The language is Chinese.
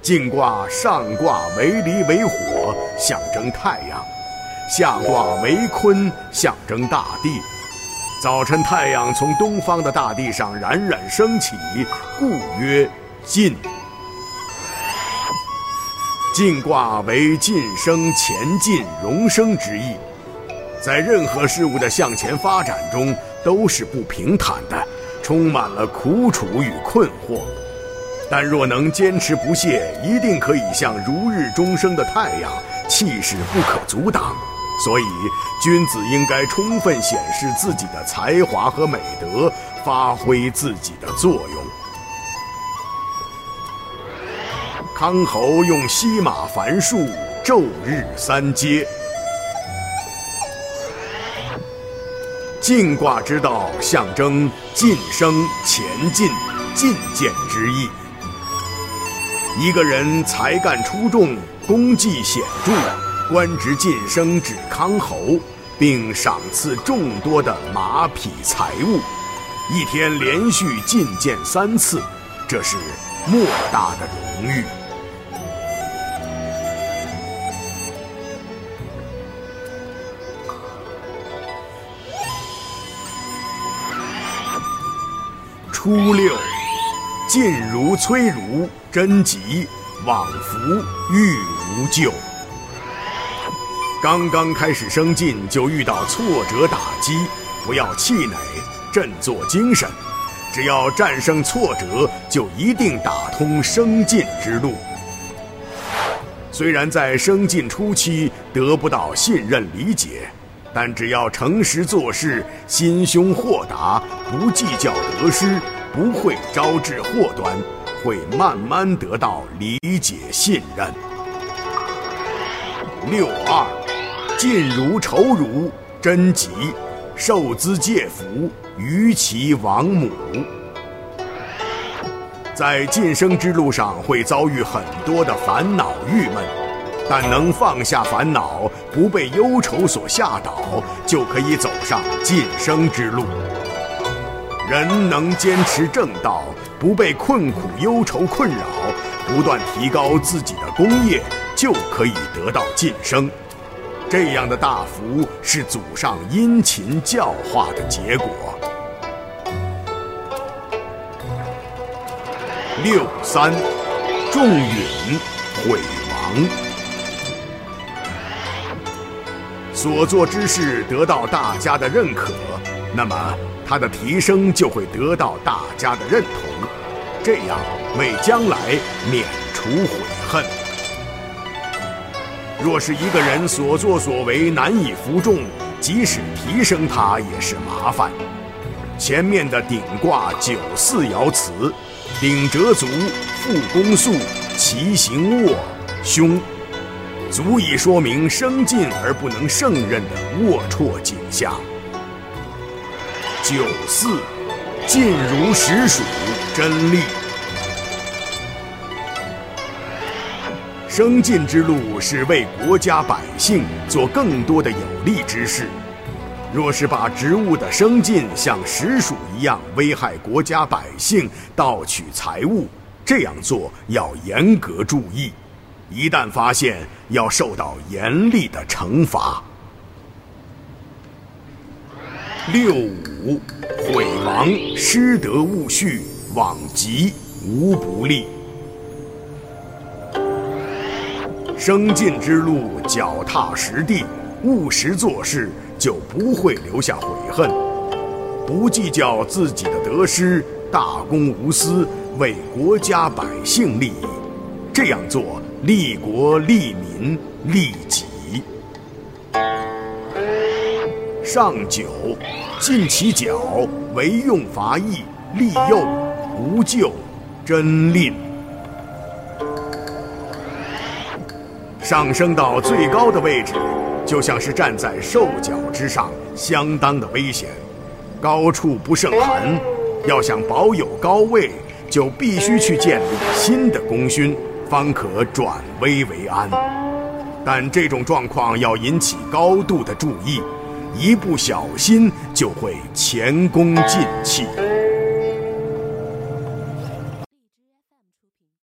进卦上卦为离为火，象征太阳；下卦为坤，象征大地。早晨太阳从东方的大地上冉冉升起，故曰进。进卦为晋升、前进、荣升之意，在任何事物的向前发展中都是不平坦的，充满了苦楚与困惑。但若能坚持不懈，一定可以像如日中升的太阳，气势不可阻挡。所以君子应该充分显示自己的才华和美德，发挥自己的作用。康侯用西马繁树，昼日三阶。进卦之道象征晋升、前进、进谏之意。一个人才干出众，功绩显著，官职晋升至康侯，并赏赐众多的马匹财物，一天连续进谏3次，这是莫大的荣誉。初六，晋如崔如，贞吉，往福，欲无咎。刚刚开始升进就遇到挫折打击，不要气馁，振作精神。只要战胜挫折，就一定打通升进之路。虽然在升进初期得不到信任理解，但只要诚实做事，心胸豁达，不计较得失，不会招致祸端，会慢慢得到理解信任。6.2，晋如仇如，贞吉，受资介福，于其王母。在晋升之路上会遭遇很多的烦恼郁闷，但能放下烦恼，不被忧愁所吓倒，就可以走上晋升之路。人能坚持正道，不被困苦忧愁困扰，不断提高自己的功业，就可以得到晋升。这样的大福是祖上殷勤教化的结果。6.3，仲允，毁亡。所做之事得到大家的认可，那么他的提升就会得到大家的认同，这样为将来免除悔恨。若是一个人所作所为难以服众，即使提升他也是麻烦。前面的鼎卦9四爻辞：鼎折足，复弓速，其行卧，凶，足以说明升进而不能胜任的龌龊景象。9四，晋如实属，真利。升进之路是为国家百姓做更多的有利之事。若是把职务的升进像实属一样危害国家百姓，盗取财物，这样做要严格注意，一旦发现，要受到严厉的惩罚。6.5，毁亡，失德勿恤，往极，无不利。升进之路脚踏实地，务实做事，就不会留下悔恨。不计较自己的得失，大公无私，为国家百姓利益，这样做利国利民利己。上9，尽其脚，为用伐役，利诱，无咎，真吝。上升到最高的位置，就像是站在兽脚之上，相当的危险。高处不胜寒，要想保有高位，就必须去建立新的功勋，方可转危为安。但这种状况要引起高度的注意，一不小心就会前功尽弃。